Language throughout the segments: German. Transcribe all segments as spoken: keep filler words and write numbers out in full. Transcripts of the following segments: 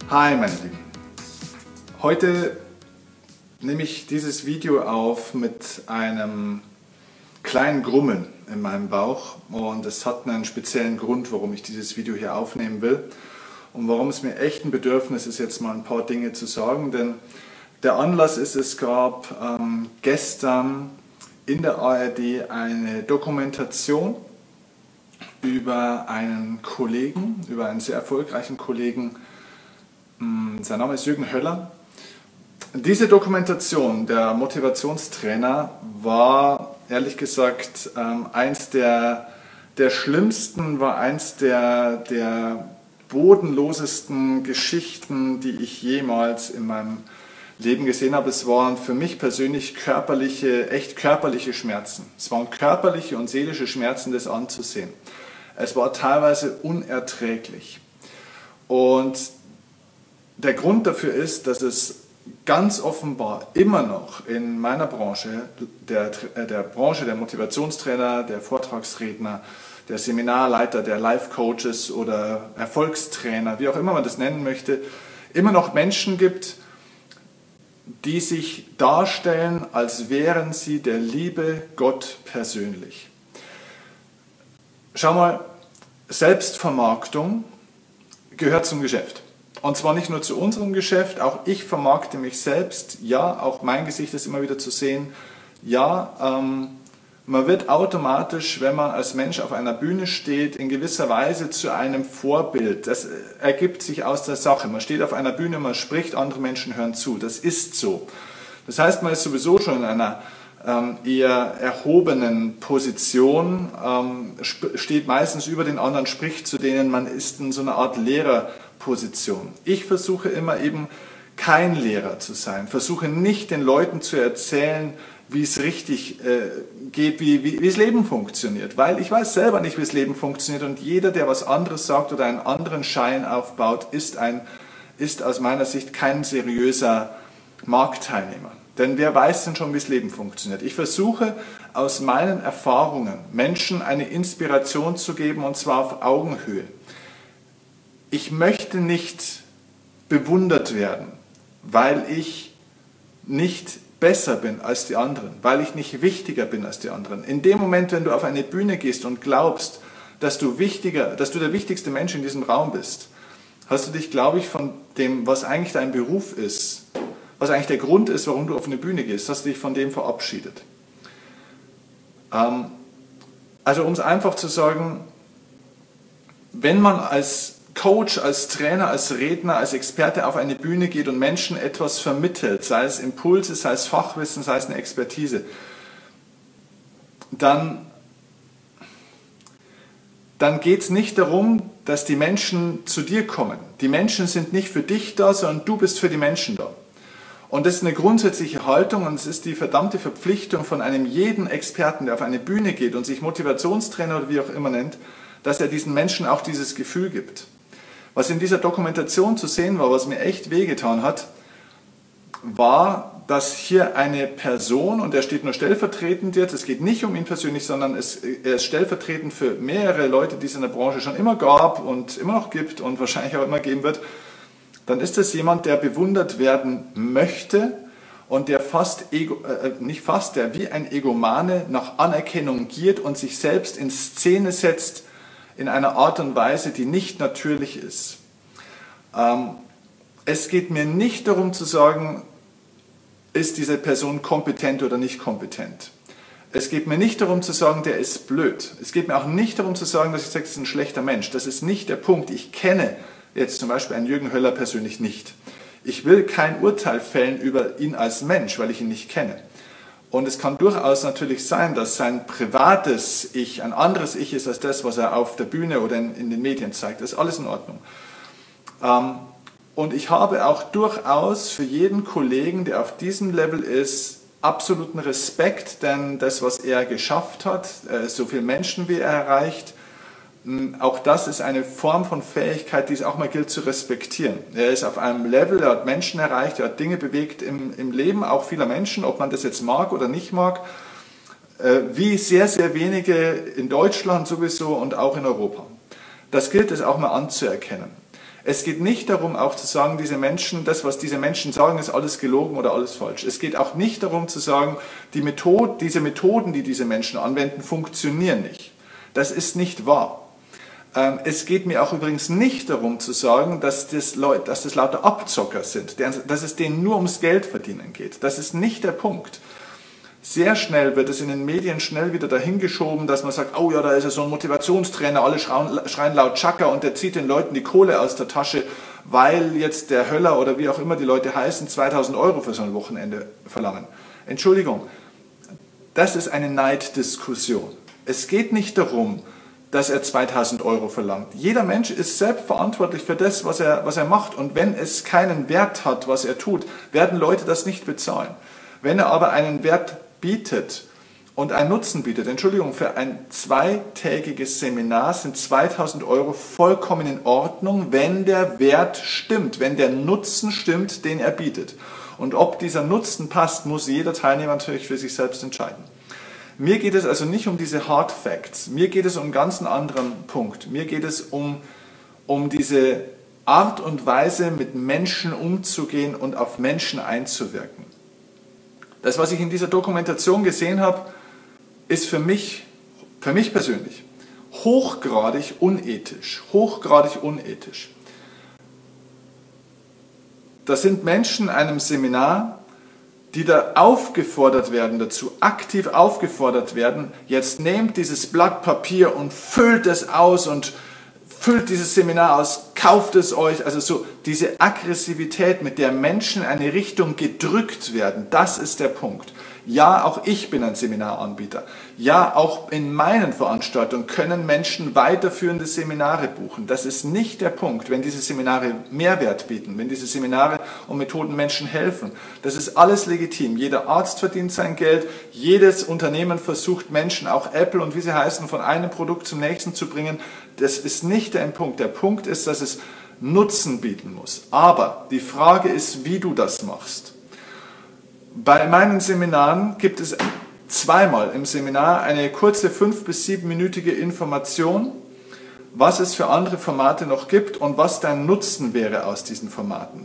Hi meine Lieben, heute nehme ich dieses Video auf mit einem kleinen Grummeln in meinem Bauch und es hat einen speziellen Grund, warum ich dieses Video hier aufnehmen will und warum es mir echt ein Bedürfnis ist, jetzt mal ein paar Dinge zu sagen, denn der Anlass ist, es gab ähm, gestern in der A R D eine Dokumentation über einen Kollegen, über einen sehr erfolgreichen Kollegen. Sein Name ist Jürgen Höller. Diese Dokumentation, der Motivationstrainer, war ehrlich gesagt ähm, eins der, der schlimmsten, war eins der, der bodenlosesten Geschichten, die ich jemals in meinem Leben gesehen habe. Es waren für mich persönlich körperliche, echt körperliche Schmerzen. Es waren körperliche und seelische Schmerzen, das anzusehen. Es war teilweise unerträglich. Und der Grund dafür ist, dass es ganz offenbar immer noch in meiner Branche, der, der Branche der Motivationstrainer, der Vortragsredner, der Seminarleiter, der Life-Coaches oder Erfolgstrainer, wie auch immer man das nennen möchte, immer noch Menschen gibt, die sich darstellen, als wären sie der liebe Gott persönlich. Schau mal, Selbstvermarktung gehört zum Geschäft. Und zwar nicht nur zu unserem Geschäft, auch ich vermarkte mich selbst. Ja, auch mein Gesicht ist immer wieder zu sehen. Ja, ähm, man wird automatisch, wenn man als Mensch auf einer Bühne steht, in gewisser Weise zu einem Vorbild. Das ergibt sich aus der Sache. Man steht auf einer Bühne, man spricht, andere Menschen hören zu. Das ist so. Das heißt, man ist sowieso schon in einer ähm, eher erhobenen Position, ähm, steht meistens über den anderen, spricht zu denen, man ist in so einer Art Lehrerposition. Ich versuche immer eben kein Lehrer zu sein, versuche nicht den Leuten zu erzählen, wie es richtig äh, geht, wie, wie, wie das Leben funktioniert, weil ich weiß selber nicht, wie das Leben funktioniert und jeder, der was anderes sagt oder einen anderen Schein aufbaut, ist, ein, ist aus meiner Sicht kein seriöser Marktteilnehmer. Denn wer weiß denn schon, wie das Leben funktioniert? Ich versuche aus meinen Erfahrungen Menschen eine Inspiration zu geben und zwar auf Augenhöhe. Ich möchte nicht bewundert werden, weil ich nicht besser bin als die anderen, weil ich nicht wichtiger bin als die anderen. In dem Moment, wenn du auf eine Bühne gehst und glaubst, dass du wichtiger, dass du der wichtigste Mensch in diesem Raum bist, hast du dich, glaube ich, von dem, was eigentlich dein Beruf ist, was eigentlich der Grund ist, warum du auf eine Bühne gehst, hast du dich von dem verabschiedet. Ähm, also um es einfach zu sagen, wenn man als Coach, als Trainer, als Redner, als Experte auf eine Bühne geht und Menschen etwas vermittelt, sei es Impulse, sei es Fachwissen, sei es eine Expertise, dann, dann geht es nicht darum, dass die Menschen zu dir kommen. Die Menschen sind nicht für dich da, sondern du bist für die Menschen da. Und das ist eine grundsätzliche Haltung und es ist die verdammte Verpflichtung von einem jeden Experten, der auf eine Bühne geht und sich Motivationstrainer oder wie auch immer nennt, dass er diesen Menschen auch dieses Gefühl gibt. Was in dieser Dokumentation zu sehen war, was mir echt wehgetan hat, war, dass hier eine Person, und er steht nur stellvertretend jetzt, es geht nicht um ihn persönlich, sondern es, er ist stellvertretend für mehrere Leute, die es in der Branche schon immer gab und immer noch gibt und wahrscheinlich auch immer geben wird, dann ist es jemand, der bewundert werden möchte und der fast, ego, äh, nicht fast, der wie ein Egomane nach Anerkennung giert und sich selbst in Szene setzt, in einer Art und Weise, die nicht natürlich ist. Ähm, es geht mir nicht darum zu sagen, ist diese Person kompetent oder nicht kompetent. Es geht mir nicht darum zu sagen, der ist blöd. Es geht mir auch nicht darum zu sagen, dass ich sage, das ist ein schlechter Mensch. Das ist nicht der Punkt. Ich kenne jetzt zum Beispiel einen Jürgen Höller persönlich nicht. Ich will kein Urteil fällen über ihn als Mensch, weil ich ihn nicht kenne. Und es kann durchaus natürlich sein, dass sein privates Ich ein anderes Ich ist als das, was er auf der Bühne oder in, in den Medien zeigt. Das ist alles in Ordnung. Ähm, und ich habe auch durchaus für jeden Kollegen, der auf diesem Level ist, absoluten Respekt, denn das, was er geschafft hat, äh, so viele Menschen wie er erreicht, auch das ist eine Form von Fähigkeit, die es auch mal gilt zu respektieren. Er ist auf einem Level, er hat Menschen erreicht, er hat Dinge bewegt im, im Leben, auch vieler Menschen, ob man das jetzt mag oder nicht mag, äh, wie sehr, sehr wenige in Deutschland sowieso und auch in Europa. Das gilt es auch mal anzuerkennen. Es geht nicht darum, auch zu sagen, diese Menschen, das, was diese Menschen sagen, ist alles gelogen oder alles falsch. Es geht auch nicht darum zu sagen, die Methode, diese Methoden, die diese Menschen anwenden, funktionieren nicht. Das ist nicht wahr. Es geht mir auch übrigens nicht darum zu sagen, dass das, Leute, dass das lauter Abzocker sind, dass es denen nur ums Geldverdienen geht. Das ist nicht der Punkt. Sehr schnell wird es in den Medien schnell wieder dahingeschoben, dass man sagt, oh ja, da ist ja so ein Motivationstrainer, alle schreien, schreien laut Chaka und der zieht den Leuten die Kohle aus der Tasche, weil jetzt der Höller oder wie auch immer die Leute heißen, zweitausend Euro für so ein Wochenende verlangen. Entschuldigung, das ist eine Neiddiskussion. Es geht nicht darum, dass er zweitausend Euro verlangt. Jeder Mensch ist selbst verantwortlich für das, was er, was er macht. Und wenn es keinen Wert hat, was er tut, werden Leute das nicht bezahlen. Wenn er aber einen Wert bietet und einen Nutzen bietet, Entschuldigung, für ein zweitägiges Seminar sind zweitausend Euro vollkommen in Ordnung, wenn der Wert stimmt, wenn der Nutzen stimmt, den er bietet. Und ob dieser Nutzen passt, muss jeder Teilnehmer natürlich für sich selbst entscheiden. Mir geht es also nicht um diese Hard Facts, mir geht es um einen ganz anderen Punkt. Mir geht es um, um diese Art und Weise, mit Menschen umzugehen und auf Menschen einzuwirken. Das, was ich in dieser Dokumentation gesehen habe, ist für mich, für mich persönlich hochgradig unethisch. Hochgradig unethisch. Das sind Menschen in einem Seminar, die da aufgefordert werden dazu, aktiv aufgefordert werden, jetzt nehmt dieses Blatt Papier und füllt es aus und füllt dieses Seminar aus, kauft es euch. Also so diese Aggressivität, mit der Menschen in eine Richtung gedrückt werden, das ist der Punkt. Ja, auch ich bin ein Seminaranbieter. Ja, auch in meinen Veranstaltungen können Menschen weiterführende Seminare buchen. Das ist nicht der Punkt, wenn diese Seminare Mehrwert bieten, wenn diese Seminare und Methoden Menschen helfen. Das ist alles legitim. Jeder Arzt verdient sein Geld, jedes Unternehmen versucht Menschen, auch Apple und wie sie heißen, von einem Produkt zum nächsten zu bringen. Das ist nicht der Punkt. Der Punkt ist, dass es Nutzen bieten muss. Aber die Frage ist, wie du das machst. Bei meinen Seminaren gibt es zweimal im Seminar eine kurze fünf- bis siebenminütige Information, was es für andere Formate noch gibt und was dein Nutzen wäre aus diesen Formaten.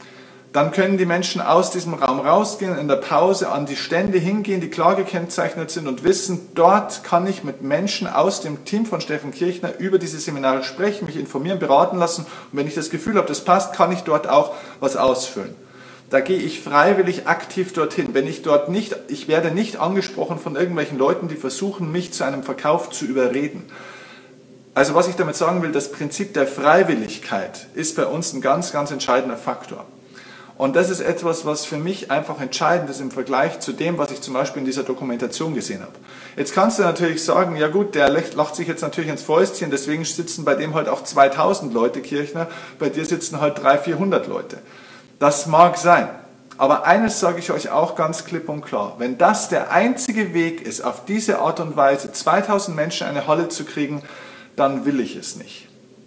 Dann können die Menschen aus diesem Raum rausgehen, in der Pause an die Stände hingehen, die klar gekennzeichnet sind und wissen, dort kann ich mit Menschen aus dem Team von Steffen Kirchner über diese Seminare sprechen, mich informieren, beraten lassen und wenn ich das Gefühl habe, das passt, kann ich dort auch was ausfüllen. Da gehe ich freiwillig aktiv dorthin. Wenn ich dort nicht, ich werde nicht angesprochen von irgendwelchen Leuten, die versuchen, mich zu einem Verkauf zu überreden. Also was ich damit sagen will, das Prinzip der Freiwilligkeit ist bei uns ein ganz, ganz entscheidender Faktor. Und das ist etwas, was für mich einfach entscheidend ist im Vergleich zu dem, was ich zum Beispiel in dieser Dokumentation gesehen habe. Jetzt kannst du natürlich sagen, ja gut, der lacht sich jetzt natürlich ins Fäustchen, deswegen sitzen bei dem halt auch zweitausend Leute, Kirchner, bei dir sitzen halt dreihundert, vierhundert Leute. Das mag sein, aber eines sage ich euch auch ganz klipp und klar, wenn das der einzige Weg ist, auf diese Art und Weise zweitausend Menschen in eine Halle zu kriegen, dann will ich es nicht.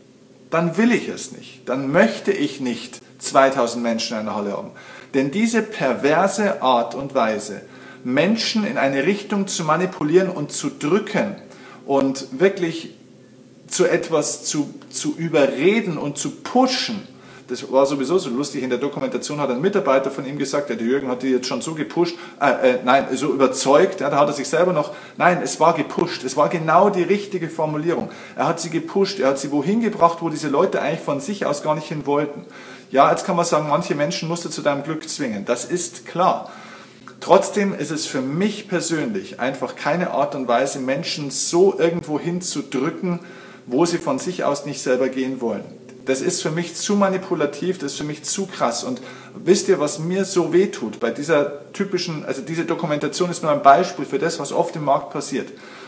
Dann will ich es nicht. Dann möchte ich nicht zweitausend Menschen in einer Halle haben. Denn diese perverse Art und Weise, Menschen in eine Richtung zu manipulieren und zu drücken und wirklich zu etwas zu, zu überreden und zu pushen, das war sowieso so lustig, in der Dokumentation hat ein Mitarbeiter von ihm gesagt, der Jürgen hat die jetzt schon so gepusht, äh, äh, nein, so überzeugt, ja, da hat er sich selber noch, nein, es war gepusht, es war genau die richtige Formulierung. Er hat sie gepusht, er hat sie wohin gebracht, wo diese Leute eigentlich von sich aus gar nicht hin wollten. Ja, jetzt kann man sagen, manche Menschen musst du zu deinem Glück zwingen, das ist klar. Trotzdem ist es für mich persönlich einfach keine Art und Weise, Menschen so irgendwo hinzudrücken, wo sie von sich aus nicht selber gehen wollen. Das ist für mich zu manipulativ, das ist für mich zu krass. Und wisst ihr, was mir so wehtut bei dieser typischen, also diese Dokumentation ist nur ein Beispiel für das, was oft im Markt passiert.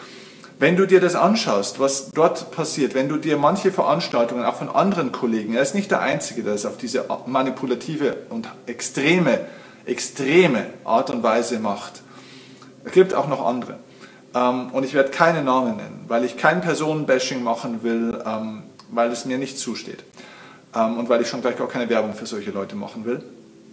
Wenn du dir das anschaust, was dort passiert, wenn du dir manche Veranstaltungen auch von anderen Kollegen, er ist nicht der Einzige, der es auf diese manipulative und extreme, extreme Art und Weise macht. Es gibt auch noch andere. Und ich werde keine Namen nennen, weil ich kein Personenbashing machen will, weil es mir nicht zusteht ähm, und weil ich schon gleich auch keine Werbung für solche Leute machen will.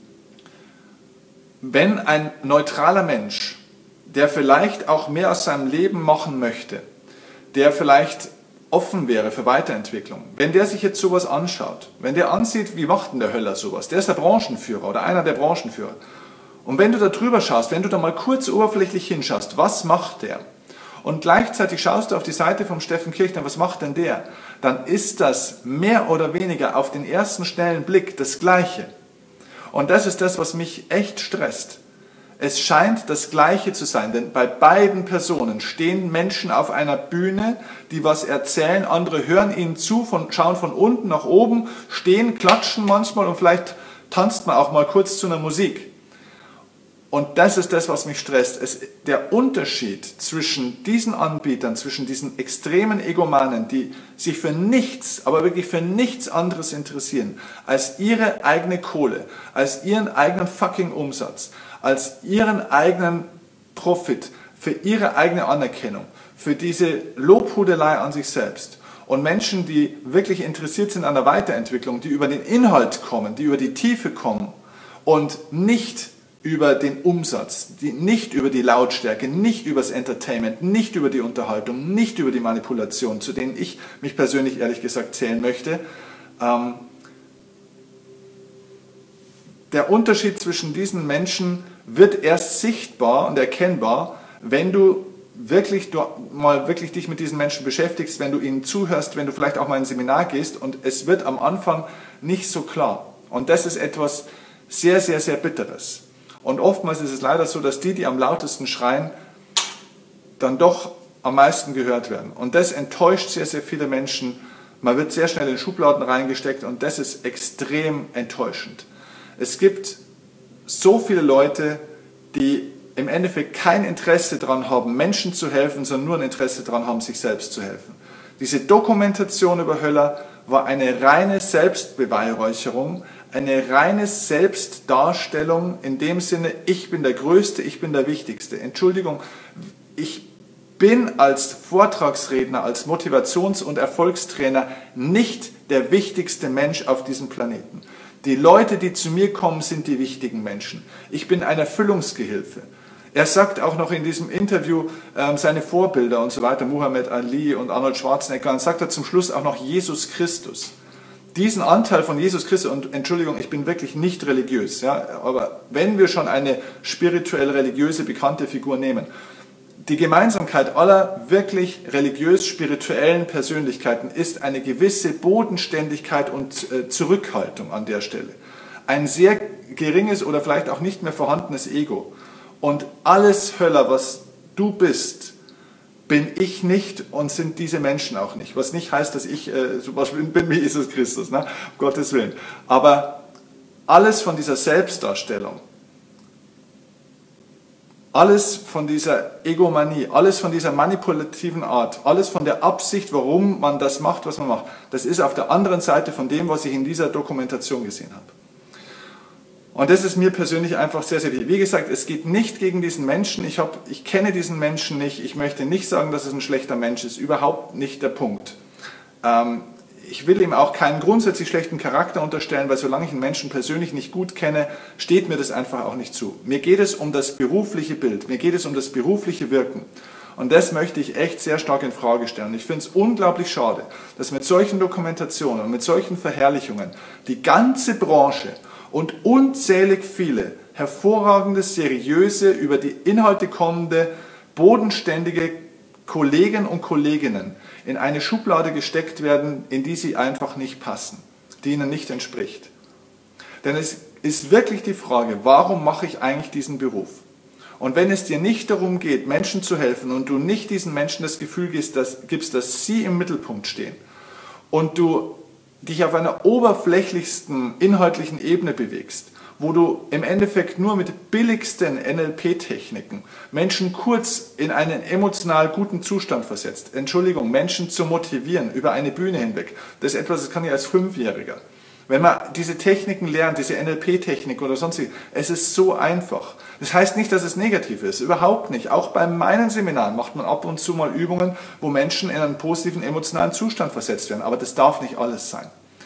Wenn ein neutraler Mensch, der vielleicht auch mehr aus seinem Leben machen möchte, der vielleicht offen wäre für Weiterentwicklung, wenn der sich jetzt sowas anschaut, wenn der ansieht, wie macht denn der Höller sowas, der ist der Branchenführer oder einer der Branchenführer. Und wenn du da drüber schaust, wenn du da mal kurz oberflächlich hinschaust, was macht der? Und gleichzeitig schaust du auf die Seite vom Steffen Kirchner, was macht denn der? Dann ist das mehr oder weniger auf den ersten schnellen Blick das Gleiche. Und das ist das, was mich echt stresst. Es scheint das Gleiche zu sein, denn bei beiden Personen stehen Menschen auf einer Bühne, die was erzählen, andere hören ihnen zu, von, schauen von unten nach oben, stehen, klatschen manchmal und vielleicht tanzt man auch mal kurz zu einer Musik. Und das ist das, was mich stresst. Es, der Unterschied zwischen diesen Anbietern, zwischen diesen extremen Egomanen, die sich für nichts, aber wirklich für nichts anderes interessieren, als ihre eigene Kohle, als ihren eigenen fucking Umsatz, als ihren eigenen Profit, für ihre eigene Anerkennung, für diese Lobhudelei an sich selbst. Und Menschen, die wirklich interessiert sind an der Weiterentwicklung, die über den Inhalt kommen, die über die Tiefe kommen und nicht über den Umsatz, die, nicht über die Lautstärke, nicht über das Entertainment, nicht über die Unterhaltung, nicht über die Manipulation, zu denen ich mich persönlich ehrlich gesagt zählen möchte. Ähm, der Unterschied zwischen diesen Menschen wird erst sichtbar und erkennbar, wenn du wirklich du mal wirklich dich mit diesen Menschen beschäftigst, wenn du ihnen zuhörst, wenn du vielleicht auch mal in ein Seminar gehst, und es wird am Anfang nicht so klar. Und das ist etwas sehr, sehr, sehr Bitteres. Und oftmals ist es leider so, dass die, die am lautesten schreien, dann doch am meisten gehört werden. Und das enttäuscht sehr, sehr viele Menschen. Man wird sehr schnell in Schubladen reingesteckt und das ist extrem enttäuschend. Es gibt so viele Leute, die im Endeffekt kein Interesse daran haben, Menschen zu helfen, sondern nur ein Interesse daran haben, sich selbst zu helfen. Diese Dokumentation über Höller war eine reine Selbstbeweihräucherung, eine reine Selbstdarstellung in dem Sinne, ich bin der Größte, ich bin der Wichtigste. Entschuldigung, ich bin als Vortragsredner, als Motivations- und Erfolgstrainer nicht der wichtigste Mensch auf diesem Planeten. Die Leute, die zu mir kommen, sind die wichtigen Menschen. Ich bin ein Erfüllungsgehilfe. Er sagt auch noch in diesem Interview ähm, seine Vorbilder und so weiter, Muhammad Ali und Arnold Schwarzenegger, und sagt er zum Schluss auch noch Jesus Christus. Diesen Anteil von Jesus Christus, und Entschuldigung, ich bin wirklich nicht religiös, ja, aber wenn wir schon eine spirituell religiöse bekannte Figur nehmen, die Gemeinsamkeit aller wirklich religiös-spirituellen Persönlichkeiten ist eine gewisse Bodenständigkeit und äh, Zurückhaltung an der Stelle. Ein sehr geringes oder vielleicht auch nicht mehr vorhandenes Ego. Und alles Höller, was du bist, bin ich nicht und sind diese Menschen auch nicht. Was nicht heißt, dass ich äh, zum Beispiel bin wie Jesus Christus, ne? Um Gottes Willen. Aber alles von dieser Selbstdarstellung, alles von dieser Egomanie, alles von dieser manipulativen Art, alles von der Absicht, warum man das macht, was man macht, das ist auf der anderen Seite von dem, was ich in dieser Dokumentation gesehen habe. Und das ist mir persönlich einfach sehr, sehr wichtig. Wie gesagt, es geht nicht gegen diesen Menschen. Ich, hab, ich kenne diesen Menschen nicht. Ich möchte nicht sagen, dass es ein schlechter Mensch ist. Überhaupt nicht der Punkt. Ähm, ich will ihm auch keinen grundsätzlich schlechten Charakter unterstellen, weil solange ich einen Menschen persönlich nicht gut kenne, steht mir das einfach auch nicht zu. Mir geht es um das berufliche Bild. Mir geht es um das berufliche Wirken. Und das möchte ich echt sehr stark in Frage stellen. Ich finde es unglaublich schade, dass mit solchen Dokumentationen und mit solchen Verherrlichungen die ganze Branche und unzählig viele hervorragende, seriöse, über die Inhalte kommende, bodenständige Kollegen und Kolleginnen in eine Schublade gesteckt werden, in die sie einfach nicht passen, die ihnen nicht entspricht. Denn es ist wirklich die Frage, warum mache ich eigentlich diesen Beruf? Und wenn es dir nicht darum geht, Menschen zu helfen und du nicht diesen Menschen das Gefühl gibst, dass, gibst, dass sie im Mittelpunkt stehen und du dich auf einer oberflächlichsten inhaltlichen Ebene bewegst, wo du im Endeffekt nur mit billigsten N L P-Techniken Menschen kurz in einen emotional guten Zustand versetzt. Entschuldigung, Menschen zu motivieren über eine Bühne hinweg. Das ist etwas, das kann ich als Fünfjähriger. Wenn man diese Techniken lernt, diese N L P-Technik oder sonstige, es ist so einfach. Das heißt nicht, dass es negativ ist, überhaupt nicht. Auch bei meinen Seminaren macht man ab und zu mal Übungen, wo Menschen in einen positiven emotionalen Zustand versetzt werden. Aber das darf nicht alles sein.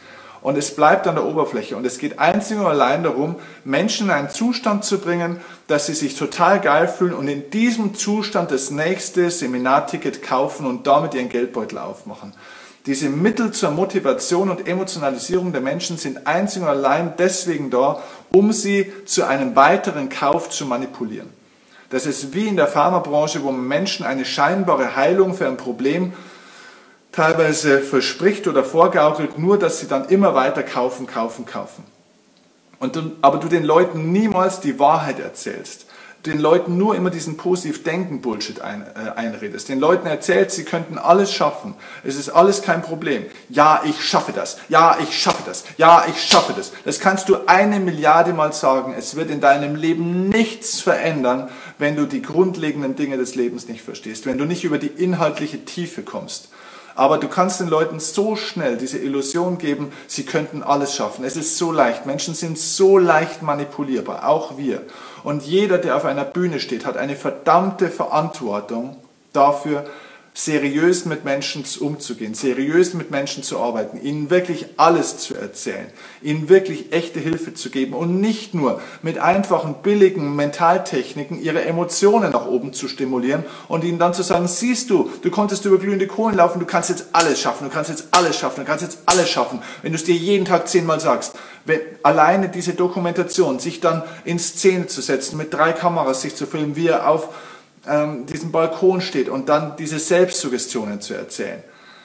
und es bleibt an der Oberfläche. Und es geht einzig und allein darum, Menschen in einen Zustand zu bringen, dass sie sich total geil fühlen und in diesem Zustand das nächste Seminarticket kaufen und damit ihren Geldbeutel aufmachen. Diese Mittel zur Motivation und Emotionalisierung der Menschen sind einzig und allein deswegen da, um sie zu einem weiteren Kauf zu manipulieren. Das ist wie in der Pharmabranche, wo man Menschen eine scheinbare Heilung für ein Problem teilweise verspricht oder vorgaukelt, nur dass sie dann immer weiter kaufen, kaufen, kaufen. Und du, aber du den Leuten niemals die Wahrheit erzählst, den Leuten nur immer diesen Positiv-Denken-Bullshit ein, äh, einredest, den Leuten erzählst, sie könnten alles schaffen, es ist alles kein Problem. Ja, ich schaffe das, ja, ich schaffe das, ja, ich schaffe das. Das kannst du eine Milliarde Mal sagen, es wird in deinem Leben nichts verändern, wenn du die grundlegenden Dinge des Lebens nicht verstehst, wenn du nicht über die inhaltliche Tiefe kommst. Aber du kannst den Leuten so schnell diese Illusion geben, sie könnten alles schaffen. Es ist so leicht. Menschen sind so leicht manipulierbar, auch wir. Und jeder, der auf einer Bühne steht, hat eine verdammte Verantwortung dafür, seriös mit Menschen umzugehen, seriös mit Menschen zu arbeiten, ihnen wirklich alles zu erzählen, ihnen wirklich echte Hilfe zu geben und nicht nur mit einfachen, billigen Mentaltechniken ihre Emotionen nach oben zu stimulieren und ihnen dann zu sagen, siehst du, du konntest über glühende Kohlen laufen, du kannst jetzt alles schaffen, du kannst jetzt alles schaffen, du kannst jetzt alles schaffen, wenn du es dir jeden Tag zehnmal sagst. Wenn alleine diese Dokumentation, sich dann in Szene zu setzen, mit drei Kameras sich zu filmen, wie er auf diesem Balkon steht und dann diese Selbstsuggestionen zu erzählen.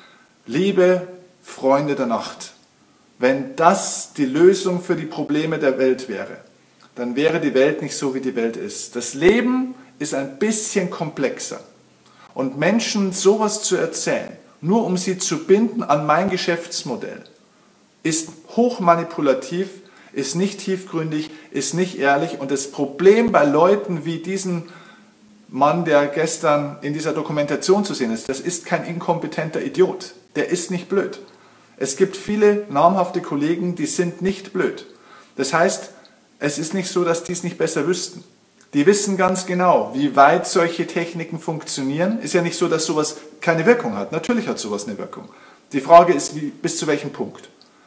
Liebe Freunde der Nacht, wenn das die Lösung für die Probleme der Welt wäre, dann wäre die Welt nicht so, wie die Welt ist. Das Leben ist ein bisschen komplexer. Und Menschen sowas zu erzählen, nur um sie zu binden an mein Geschäftsmodell, ist hochmanipulativ, ist nicht tiefgründig, ist nicht ehrlich. Und das Problem bei Leuten wie diesen Mann, der gestern in dieser Dokumentation zu sehen ist, das ist kein inkompetenter Idiot. Der ist nicht blöd. Es gibt viele namhafte Kollegen, die sind nicht blöd. Das heißt, es ist nicht so, dass die es nicht besser wüssten. Die wissen ganz genau, wie weit solche Techniken funktionieren. Ist ja nicht so, dass sowas keine Wirkung hat. Natürlich hat sowas eine Wirkung. Die Frage ist, wie, bis zu welchem Punkt.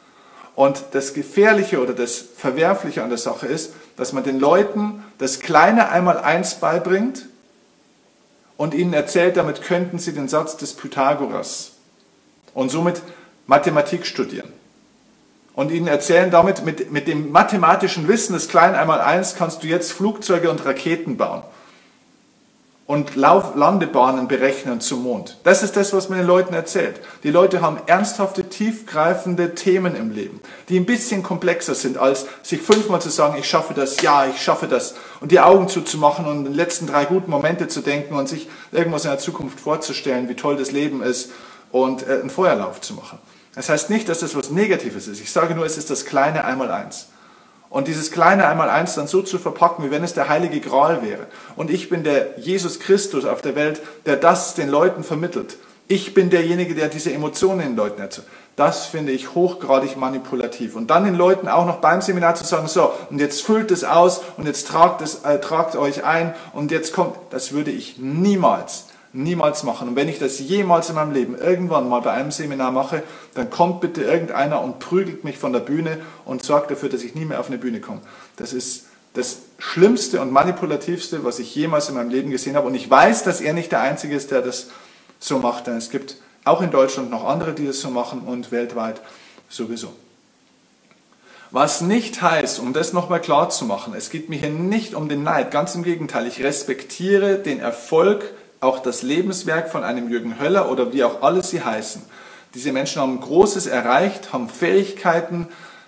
Und das Gefährliche oder das Verwerfliche an der Sache ist, dass man den Leuten das kleine Einmaleins beibringt, und ihnen erzählt, damit könnten sie den Satz des Pythagoras und somit Mathematik studieren. Und ihnen erzählen damit, mit, mit dem mathematischen Wissen des kleinen Einmaleins kannst du jetzt Flugzeuge und Raketen bauen und Lauf Landebahnen berechnen zum Mond. Das ist das, was man den Leuten erzählt. Die Leute haben ernsthafte, tiefgreifende Themen im Leben, die ein bisschen komplexer sind, als sich fünfmal zu sagen, ich schaffe das, ja, ich schaffe das, und die Augen zuzumachen und an die letzten drei guten Momente zu denken und sich irgendwas in der Zukunft vorzustellen, wie toll das Leben ist und einen Feuerlauf zu machen. Das heißt nicht, dass das was Negatives ist. Ich sage nur, es ist das kleine Einmaleins. Und dieses kleine Einmaleins dann so zu verpacken, wie wenn es der heilige Gral wäre. Und ich bin der Jesus Christus auf der Welt, der das den Leuten vermittelt. Ich bin derjenige, der diese Emotionen den Leuten erzählt. Das finde ich hochgradig manipulativ. Und dann den Leuten auch noch beim Seminar zu sagen, so, und jetzt füllt es aus und jetzt tragt es, äh, tragt euch ein und jetzt kommt, das würde ich niemals Niemals machen. Und wenn ich das jemals in meinem Leben irgendwann mal bei einem Seminar mache, dann kommt bitte irgendeiner und prügelt mich von der Bühne und sorgt dafür, dass ich nie mehr auf eine Bühne komme. Das ist das Schlimmste und Manipulativste, was ich jemals in meinem Leben gesehen habe. Und ich weiß, dass er nicht der Einzige ist, der das so macht. Denn es gibt auch in Deutschland noch andere, die das so machen und weltweit sowieso. Was nicht heißt, um das nochmal klar zu machen, es geht mir hier nicht um den Neid. Ganz im Gegenteil, ich respektiere den Erfolg, auch das Lebenswerk von einem Jürgen Höller oder wie auch alle sie heißen. Diese Menschen haben Großes erreicht, haben Fähigkeiten.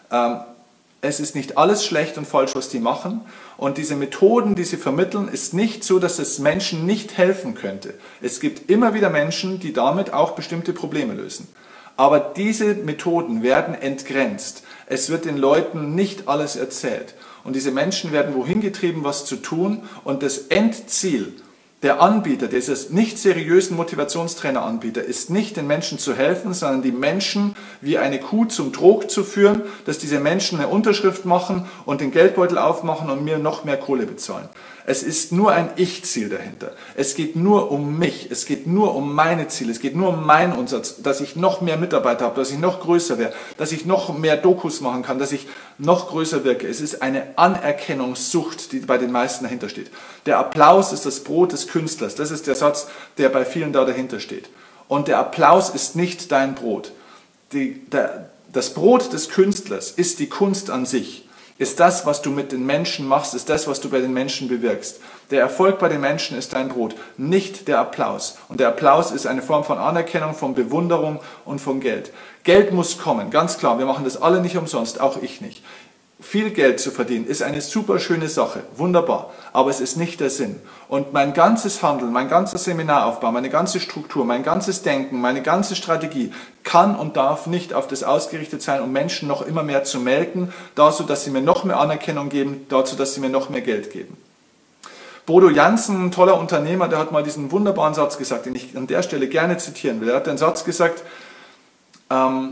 Es ist nicht alles schlecht und falsch, was die machen. Und diese Methoden, die sie vermitteln, ist nicht so, dass es Menschen nicht helfen könnte. Es gibt immer wieder Menschen, die damit auch bestimmte Probleme lösen. Aber diese Methoden werden entgrenzt. Es wird den Leuten nicht alles erzählt. Und diese Menschen werden wohin getrieben, was zu tun. Und das Endziel Der Anbieter, dieses nicht seriösen Motivationstrainer-Anbieter, ist nicht den Menschen zu helfen, sondern die Menschen wie eine Kuh zum Trog zu führen, dass diese Menschen eine Unterschrift machen und den Geldbeutel aufmachen und mir noch mehr Kohle bezahlen. Es ist nur ein Ich-Ziel dahinter. Es geht nur um mich, es geht nur um meine Ziele, es geht nur um meinen Umsatz, dass ich noch mehr Mitarbeiter habe, dass ich noch größer werde, dass ich noch mehr Dokus machen kann, dass ich noch größer wirke. Es ist eine Anerkennungssucht, die bei den meisten dahinter steht. Der Applaus ist das Brot des Künstlers. Das ist der Satz, der bei vielen da dahinter steht. Und der Applaus ist nicht dein Brot. Die, der, das Brot des Künstlers ist die Kunst an sich. Ist das, was du mit den Menschen machst, ist das, was du bei den Menschen bewirkst. Der Erfolg bei den Menschen ist dein Brot, nicht der Applaus. Und der Applaus ist eine Form von Anerkennung, von Bewunderung und von Geld. Geld muss kommen, ganz klar. Wir machen das alle nicht umsonst, auch ich nicht. Viel Geld zu verdienen ist eine super schöne Sache, wunderbar, aber es ist nicht der Sinn. Und mein ganzes Handeln, mein ganzer Seminaraufbau, meine ganze Struktur, mein ganzes Denken, meine ganze Strategie kann und darf nicht auf das ausgerichtet sein, um Menschen noch immer mehr zu melken, dazu, dass sie mir noch mehr Anerkennung geben, dazu, dass sie mir noch mehr Geld geben. Bodo Jansen, ein toller Unternehmer, der hat mal diesen wunderbaren Satz gesagt, den ich an der Stelle gerne zitieren will. Er hat den Satz gesagt, ähm,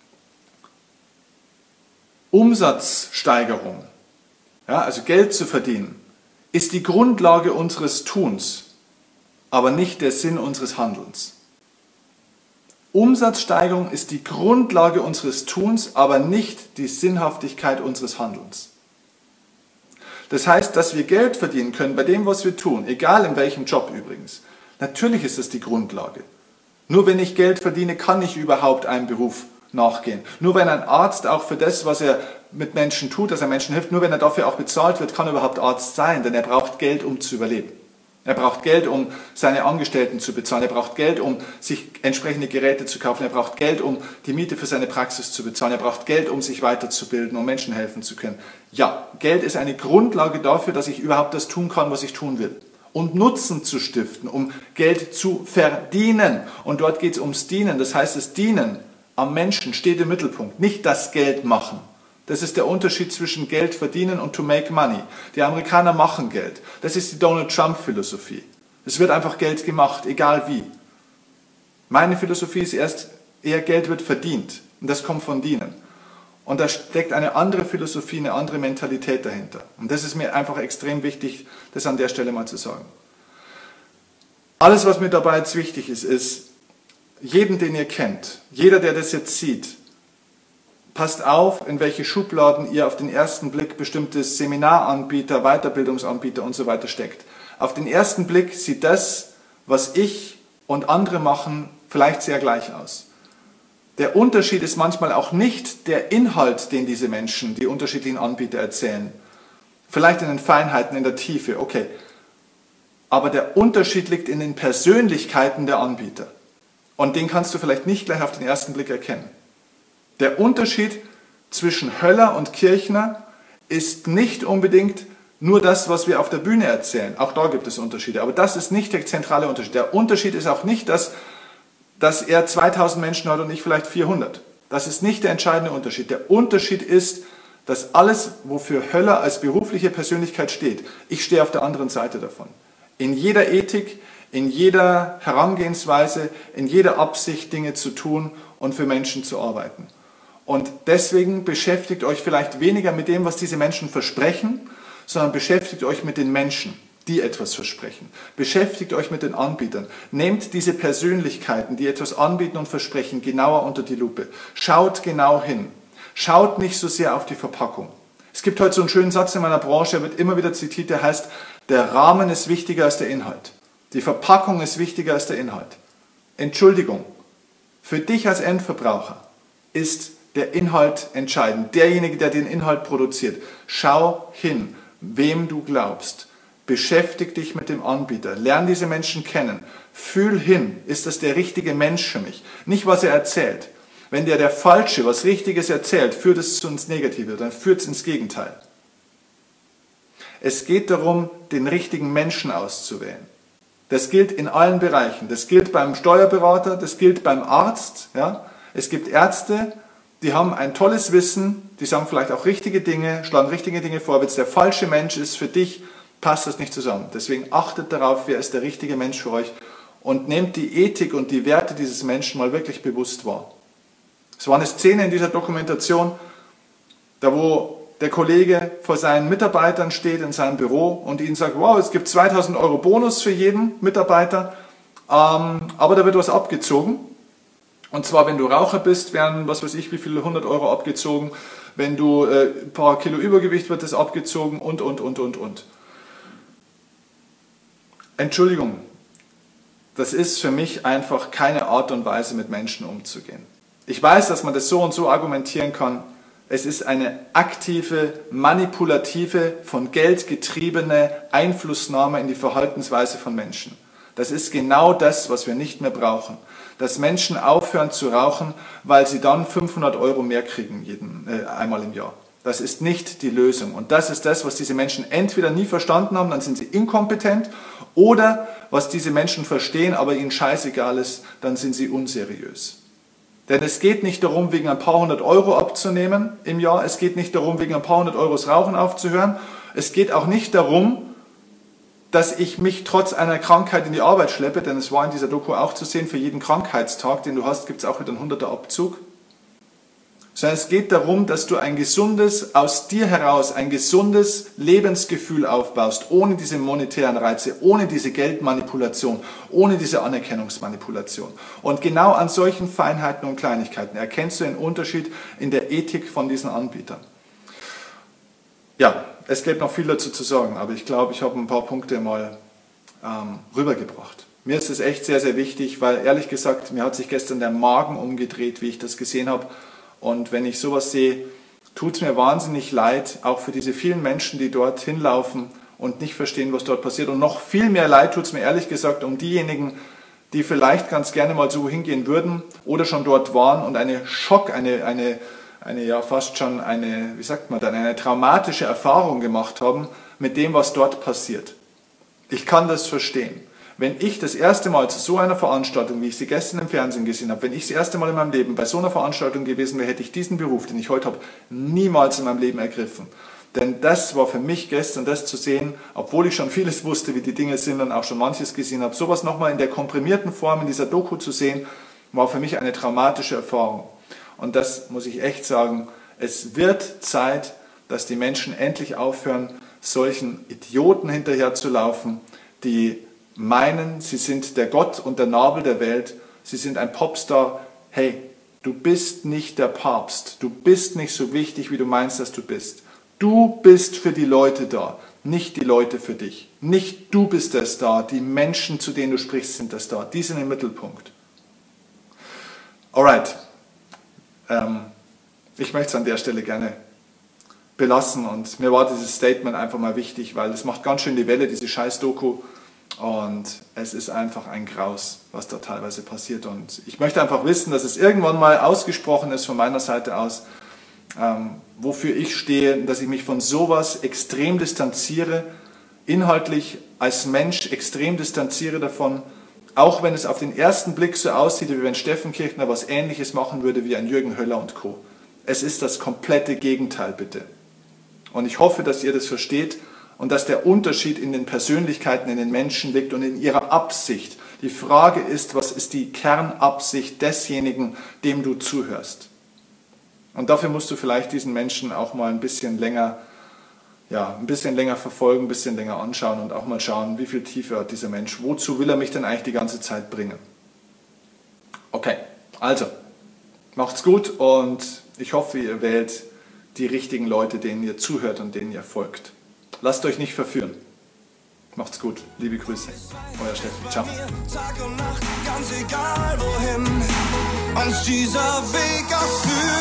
Umsatzsteigerung, ja, also Geld zu verdienen, ist die Grundlage unseres Tuns, aber nicht der Sinn unseres Handelns. Umsatzsteigerung ist die Grundlage unseres Tuns, aber nicht die Sinnhaftigkeit unseres Handelns. Das heißt, dass wir Geld verdienen können bei dem, was wir tun, egal in welchem Job übrigens. Natürlich ist das die Grundlage. Nur wenn ich Geld verdiene, kann ich überhaupt einen Beruf nachgehen. Nur wenn ein Arzt auch für das, was er mit Menschen tut, dass er Menschen hilft, nur wenn er dafür auch bezahlt wird, kann er überhaupt Arzt sein, denn er braucht Geld, um zu überleben. Er braucht Geld, um seine Angestellten zu bezahlen. Er braucht Geld, um sich entsprechende Geräte zu kaufen. Er braucht Geld, um die Miete für seine Praxis zu bezahlen. Er braucht Geld, um sich weiterzubilden, um Menschen helfen zu können. Ja, Geld ist eine Grundlage dafür, dass ich überhaupt das tun kann, was ich tun will. Und Nutzen zu stiften, um Geld zu verdienen. Und dort geht es ums Dienen. Das heißt, das Dienen am Menschen steht im Mittelpunkt, nicht das Geld machen. Das ist der Unterschied zwischen Geld verdienen und to make money. Die Amerikaner machen Geld. Das ist die Donald Trump-Philosophie. Es wird einfach Geld gemacht, egal wie. Meine Philosophie ist erst, eher Geld wird verdient. Und das kommt von Dienen. Und da steckt eine andere Philosophie, eine andere Mentalität dahinter. Und das ist mir einfach extrem wichtig, das an der Stelle mal zu sagen. Alles, was mir dabei jetzt wichtig ist, ist, jeden, den ihr kennt, jeder, der das jetzt sieht, passt auf, in welche Schubladen ihr auf den ersten Blick bestimmte Seminaranbieter, Weiterbildungsanbieter und so weiter steckt. Auf den ersten Blick sieht das, was ich und andere machen, vielleicht sehr gleich aus. Der Unterschied ist manchmal auch nicht der Inhalt, den diese Menschen, die unterschiedlichen Anbieter erzählen. Vielleicht in den Feinheiten, in der Tiefe, okay. Aber der Unterschied liegt in den Persönlichkeiten der Anbieter. Und den kannst du vielleicht nicht gleich auf den ersten Blick erkennen. Der Unterschied zwischen Höller und Kirchner ist nicht unbedingt nur das, was wir auf der Bühne erzählen. Auch da gibt es Unterschiede. Aber das ist nicht der zentrale Unterschied. Der Unterschied ist auch nicht, dass, dass er zweitausend Menschen hat und ich vielleicht vierhundert. Das ist nicht der entscheidende Unterschied. Der Unterschied ist, dass alles, wofür Höller als berufliche Persönlichkeit steht, ich stehe auf der anderen Seite davon. In jeder Ethik, in jeder Herangehensweise, in jeder Absicht, Dinge zu tun und für Menschen zu arbeiten. Und deswegen beschäftigt euch vielleicht weniger mit dem, was diese Menschen versprechen, sondern beschäftigt euch mit den Menschen, die etwas versprechen. Beschäftigt euch mit den Anbietern. Nehmt diese Persönlichkeiten, die etwas anbieten und versprechen, genauer unter die Lupe. Schaut genau hin. Schaut nicht so sehr auf die Verpackung. Es gibt heute so einen schönen Satz in meiner Branche, der wird immer wieder zitiert, der heißt, der Rahmen ist wichtiger als der Inhalt. Die Verpackung ist wichtiger als der Inhalt. Entschuldigung, für dich als Endverbraucher ist der Inhalt entscheidend. Derjenige, der den Inhalt produziert. Schau hin, wem du glaubst. Beschäftige dich mit dem Anbieter. Lern diese Menschen kennen. Fühl hin, ist das der richtige Mensch für mich? Nicht, was er erzählt. Wenn der der Falsche was Richtiges erzählt, führt es ins Negative, dann führt es ins Gegenteil. Es geht darum, den richtigen Menschen auszuwählen. Das gilt in allen Bereichen. Das gilt beim Steuerberater, das gilt beim Arzt. Ja? Es gibt Ärzte, die haben ein tolles Wissen, die sagen vielleicht auch richtige Dinge, schlagen richtige Dinge vor. Wenn es der falsche Mensch ist für dich, passt das nicht zusammen. Deswegen achtet darauf, wer ist der richtige Mensch für euch und nehmt die Ethik und die Werte dieses Menschen mal wirklich bewusst wahr. Es war eine Szene in dieser Dokumentation, da wo der Kollege vor seinen Mitarbeitern steht in seinem Büro und ihnen sagt, wow, es gibt zweitausend Euro Bonus für jeden Mitarbeiter, ähm, aber da wird was abgezogen. Und zwar, wenn du Raucher bist, werden, was weiß ich, wie viele hundert Euro abgezogen. Wenn du äh, ein paar Kilo Übergewicht, wird das abgezogen und, und, und, und, und. Entschuldigung, das ist für mich einfach keine Art und Weise, mit Menschen umzugehen. Ich weiß, dass man das so und so argumentieren kann. Es ist eine aktive, manipulative, von Geld getriebene Einflussnahme in die Verhaltensweise von Menschen. Das ist genau das, was wir nicht mehr brauchen. Dass Menschen aufhören zu rauchen, weil sie dann fünfhundert Euro mehr kriegen jeden, äh, einmal im Jahr. Das ist nicht die Lösung. Und das ist das, was diese Menschen entweder nie verstanden haben, dann sind sie inkompetent, oder was diese Menschen verstehen, aber ihnen scheißegal ist, dann sind sie unseriös. Denn es geht nicht darum, wegen ein paar hundert Euro abzunehmen im Jahr. Es geht nicht darum, wegen ein paar hundert Euro das Rauchen aufzuhören. Es geht auch nicht darum, dass ich mich trotz einer Krankheit in die Arbeit schleppe, denn es war in dieser Doku auch zu sehen, für jeden Krankheitstag, den du hast, gibt es auch wieder einen hunderter Abzug. Sondern es geht darum, dass du ein gesundes, aus dir heraus ein gesundes Lebensgefühl aufbaust, ohne diese monetären Reize, ohne diese Geldmanipulation, ohne diese Anerkennungsmanipulation. Und genau an solchen Feinheiten und Kleinigkeiten erkennst du den Unterschied in der Ethik von diesen Anbietern. Ja, es gibt noch viel dazu zu sagen, aber ich glaube, ich habe ein paar Punkte mal ähm, rübergebracht. Mir ist es echt sehr, sehr wichtig, weil ehrlich gesagt, mir hat sich gestern der Magen umgedreht, wie ich das gesehen habe. Und wenn ich sowas sehe, tut es mir wahnsinnig leid, auch für diese vielen Menschen, die dort hinlaufen und nicht verstehen, was dort passiert. Und noch viel mehr leid tut es mir ehrlich gesagt um diejenigen, die vielleicht ganz gerne mal so hingehen würden oder schon dort waren und eine Schock, eine, eine, eine ja fast schon eine, wie sagt man dann, eine traumatische Erfahrung gemacht haben mit dem, was dort passiert. Ich kann das verstehen. Wenn ich das erste Mal zu so einer Veranstaltung, wie ich sie gestern im Fernsehen gesehen habe, wenn ich das erste Mal in meinem Leben bei so einer Veranstaltung gewesen wäre, hätte ich diesen Beruf, den ich heute habe, niemals in meinem Leben ergriffen. Denn das war für mich gestern, das zu sehen, obwohl ich schon vieles wusste, wie die Dinge sind und auch schon manches gesehen habe, sowas nochmal in der komprimierten Form in dieser Doku zu sehen, war für mich eine traumatische Erfahrung. Und das muss ich echt sagen, es wird Zeit, dass die Menschen endlich aufhören, solchen Idioten hinterherzulaufen, die meinen, sie sind der Gott und der Nabel der Welt, sie sind ein Popstar. Hey, du bist nicht der Papst, du bist nicht so wichtig, wie du meinst, dass du bist. Du bist für die Leute da, nicht die Leute für dich. Nicht du bist der Star, die Menschen, zu denen du sprichst, sind der Star. Die sind im Mittelpunkt. Alright, ähm, ich möchte es an der Stelle gerne belassen und mir war dieses Statement einfach mal wichtig, weil es macht ganz schön die Welle, diese scheiß Doku. Und es ist einfach ein Graus, was da teilweise passiert. Und ich möchte einfach wissen, dass es irgendwann mal ausgesprochen ist von meiner Seite aus, ähm, wofür ich stehe, dass ich mich von sowas extrem distanziere, inhaltlich als Mensch extrem distanziere davon, auch wenn es auf den ersten Blick so aussieht, wie wenn Steffen Kirchner was Ähnliches machen würde wie ein Jürgen Höller und Co. Es ist das komplette Gegenteil, bitte. Und ich hoffe, dass ihr das versteht, und dass der Unterschied in den Persönlichkeiten, in den Menschen liegt und in ihrer Absicht. Die Frage ist, was ist die Kernabsicht desjenigen, dem du zuhörst? Und dafür musst du vielleicht diesen Menschen auch mal ein bisschen länger, ja, ein bisschen länger verfolgen, ein bisschen länger anschauen und auch mal schauen, wie viel Tiefe hat dieser Mensch. Wozu will er mich denn eigentlich die ganze Zeit bringen? Okay, also, macht's gut und ich hoffe, ihr wählt die richtigen Leute, denen ihr zuhört und denen ihr folgt. Lasst euch nicht verführen. Macht's gut. Liebe Grüße. Euer Steffen. Ciao. Tag und Nacht, ganz egal wohin uns dieser Weg auch führt.